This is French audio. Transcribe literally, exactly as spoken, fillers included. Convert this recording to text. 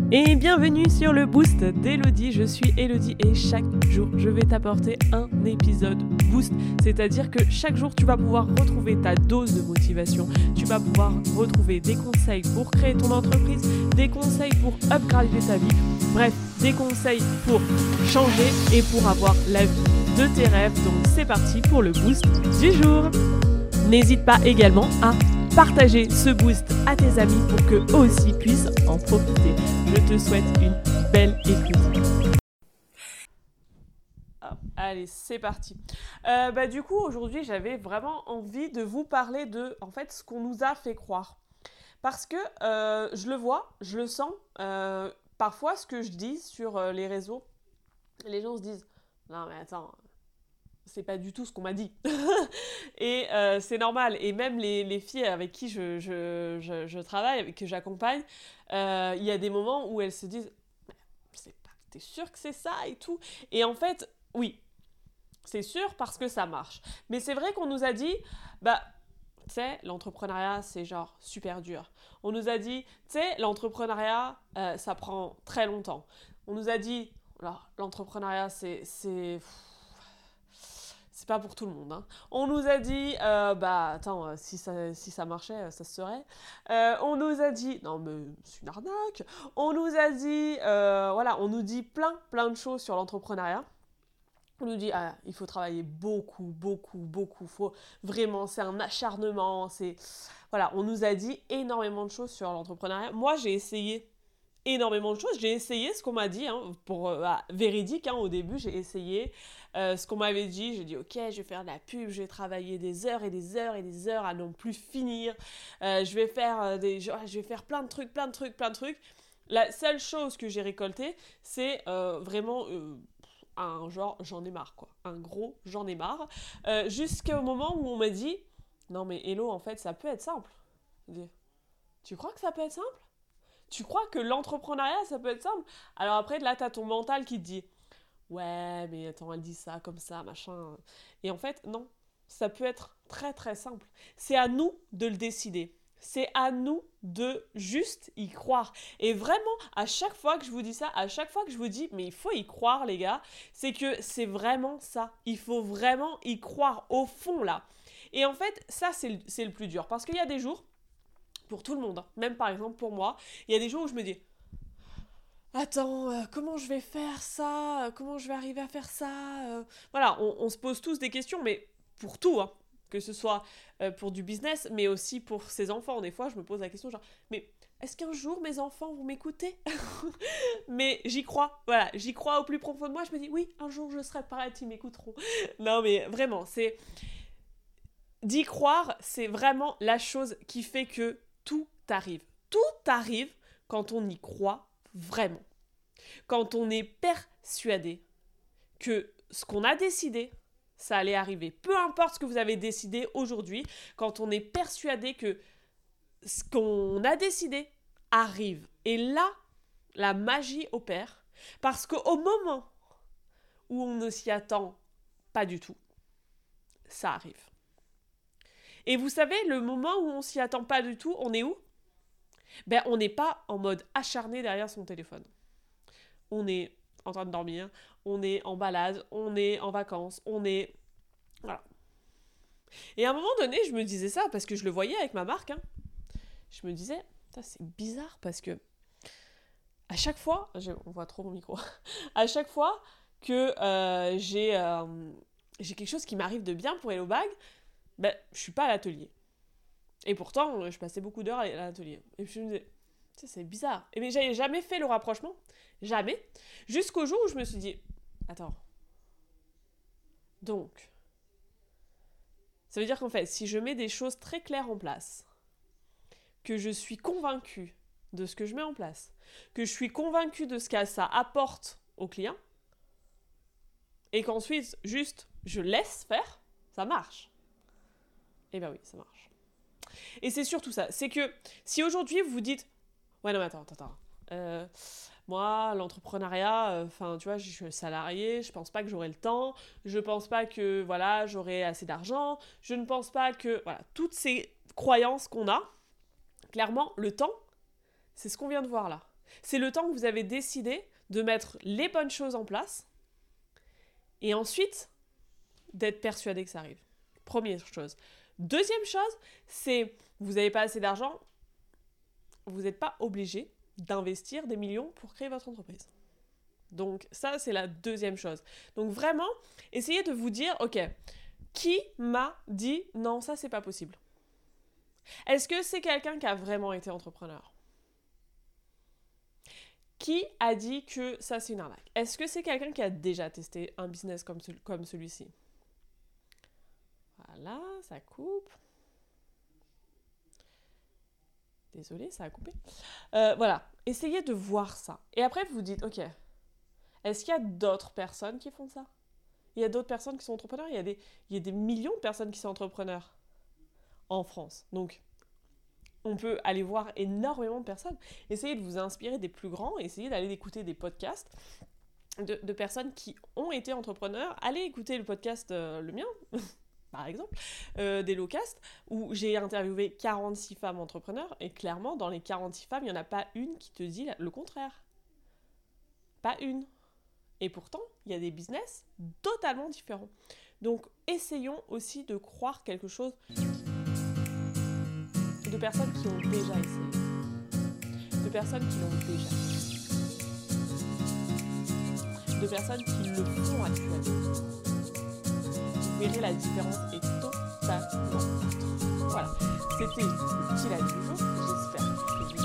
Et bienvenue sur le Boost d'Elodie, je suis Elodie et chaque jour je vais t'apporter un épisode Boost, c'est-à-dire que chaque jour tu vas pouvoir retrouver ta dose de motivation, tu vas pouvoir retrouver des conseils pour créer ton entreprise, des conseils pour upgrader ta vie, bref, des conseils pour changer et pour avoir la vie de tes rêves. Donc c'est parti pour le Boost du jour. N'hésite pas également à partager ce boost à tes amis pour qu'eux aussi puissent en profiter. Je te souhaite une belle écoute. Ah, allez, c'est parti. Euh, bah, du coup, aujourd'hui, j'avais vraiment envie de vous parler de en fait, ce qu'on nous a fait croire. Parce que euh, je le vois, je le sens. Euh, parfois, ce que je dis sur euh, les réseaux, les gens se disent « Non, mais attends, c'est pas du tout ce qu'on m'a dit. » Et euh, c'est normal. Et même les, les filles avec qui je, je, je, je travaille, avec que j'accompagne, euh, il y a des moments où elles se disent « C'est pas, t'es sûr que c'est ça et tout ?» Et en fait, oui, c'est sûr parce que ça marche. Mais c'est vrai qu'on nous a dit « Bah, tu sais, l'entrepreneuriat, c'est genre super dur. » On nous a dit « Tu sais, l'entrepreneuriat, euh, ça prend très longtemps. » On nous a dit alors, « L'entrepreneuriat, c'est... c'est... c'est pas pour tout le monde. Hein. » On nous a dit, euh, bah attends, euh, si, ça, si ça marchait, euh, ça se serait. Euh, on nous a dit, non mais c'est une arnaque. On nous a dit, euh, voilà, on nous dit plein, plein de choses sur l'entrepreneuriat. On nous dit, ah, il faut travailler beaucoup, beaucoup, beaucoup. Faut vraiment, c'est un acharnement. C'est... Voilà, on nous a dit énormément de choses sur l'entrepreneuriat. Moi, j'ai essayé énormément de choses. J'ai essayé ce qu'on m'a dit, hein, pour euh, bah, véridique, hein, au début, j'ai essayé euh, ce qu'on m'avait dit. J'ai dit, ok, je vais faire de la pub, je vais travailler des heures et des heures et des heures à non plus finir. Euh, je vais faire euh, des, je, je vais faire plein de trucs, plein de trucs, plein de trucs. La seule chose que j'ai récoltée, c'est euh, vraiment euh, un genre, j'en ai marre, quoi. Un gros, j'en ai marre. Euh, jusqu'au moment où on m'a dit, non mais Hello, en fait, ça peut être simple. Je dis, tu crois que ça peut être simple ? Tu crois que l'entrepreneuriat, ça peut être simple ? Alors après, là, t'as ton mental qui te dit « Ouais, mais attends, elle dit ça, comme ça, machin. » Et en fait, non. Ça peut être très, très simple. C'est à nous de le décider. C'est à nous de juste y croire. Et vraiment, à chaque fois que je vous dis ça, à chaque fois que je vous dis « Mais il faut y croire, les gars », c'est que c'est vraiment ça. Il faut vraiment y croire au fond, là. Et en fait, ça, c'est le, c'est le plus dur. Parce qu'il y a des jours, pour tout le monde, hein. Même par exemple pour moi, il y a des jours où je me dis attends, euh, comment je vais faire ça ? Comment je vais arriver à faire ça ? euh, Voilà, on, on se pose tous des questions, mais pour tout, hein. Que ce soit euh, pour du business, mais aussi pour ses enfants. Des fois, je me pose la question genre, mais est-ce qu'un jour mes enfants vont m'écouter ? Mais j'y crois, voilà, j'y crois au plus profond de moi. Je me dis, oui, un jour je serai pareil, ils m'écouteront. Non, mais vraiment, c'est... D'y croire, c'est vraiment la chose qui fait que tout arrive. Tout arrive quand on y croit vraiment. Quand on est persuadé que ce qu'on a décidé, ça allait arriver. Peu importe ce que vous avez décidé aujourd'hui, quand on est persuadé que ce qu'on a décidé arrive. Et là, la magie opère. Parce qu'au moment où on ne s'y attend pas du tout, ça arrive. Et vous savez, le moment où on s'y attend pas du tout, on est où ? Ben, on n'est pas en mode acharné derrière son téléphone. On est en train de dormir, on est en balade, on est en vacances, on est... Voilà. Et à un moment donné, je me disais ça, parce que je le voyais avec ma marque, hein. Je me disais, ça c'est bizarre, parce que à chaque fois, je, on voit trop mon micro, à chaque fois que euh, j'ai, euh, j'ai quelque chose qui m'arrive de bien pour Hello Bag, ben, je suis pas à l'atelier. Et pourtant, je passais beaucoup d'heures à l'atelier. Et puis je me disais, c'est bizarre. Et mais j'avais jamais fait le rapprochement. Jamais. Jusqu'au jour où je me suis dit, attends. Donc, ça veut dire qu'en fait, si je mets des choses très claires en place, que je suis convaincue de ce que je mets en place, que je suis convaincue de ce que ça apporte au client, et qu'ensuite, juste, je laisse faire, ça marche. Eh ben oui, ça marche. Et c'est surtout ça. C'est que si aujourd'hui vous vous dites ouais non mais attends, attends, attends. Euh, moi, l'entrepreneuriat, enfin euh, tu vois, je suis salarié, je pense pas que j'aurai le temps, je pense pas que voilà, j'aurai assez d'argent, je ne pense pas que voilà, toutes ces croyances qu'on a, clairement, le temps, c'est ce qu'on vient de voir là. C'est le temps que vous avez décidé de mettre les bonnes choses en place et ensuite d'être persuadé que ça arrive. Première chose. Deuxième chose, c'est vous n'avez pas assez d'argent, vous n'êtes pas obligé d'investir des millions pour créer votre entreprise. Donc ça, c'est la deuxième chose. Donc vraiment, essayez de vous dire, ok, qui m'a dit non, ça c'est pas possible? Est-ce que c'est quelqu'un qui a vraiment été entrepreneur? Qui a dit que ça c'est une arnaque? Est-ce que c'est quelqu'un qui a déjà testé un business comme, ce, comme celui-ci? Voilà, ça coupe. Désolée, ça a coupé. Euh, voilà, essayez de voir ça. Et après, vous vous dites, ok, est-ce qu'il y a d'autres personnes qui font ça? Il y a d'autres personnes qui sont entrepreneurs. Il y a des, il y a des millions de personnes qui sont entrepreneurs en France. Donc, on peut aller voir énormément de personnes. Essayez de vous inspirer des plus grands. Essayez d'aller écouter des podcasts de, de personnes qui ont été entrepreneurs. Allez écouter le podcast, euh, le mien, par exemple, euh, des Lowcast, où j'ai interviewé quarante-six femmes entrepreneurs. Et clairement, dans les quarante-six femmes, il n'y en a pas une qui te dit le contraire. Pas une. Et pourtant, il y a des business totalement différents. Donc, essayons aussi de croire quelque chose de personnes qui ont déjà essayé. De personnes qui l'ont déjà fait. De personnes qui le font actuellement. Vous verrez, la différence est totalement autre. Voilà, c'était le petit live du jour. J'espère que vous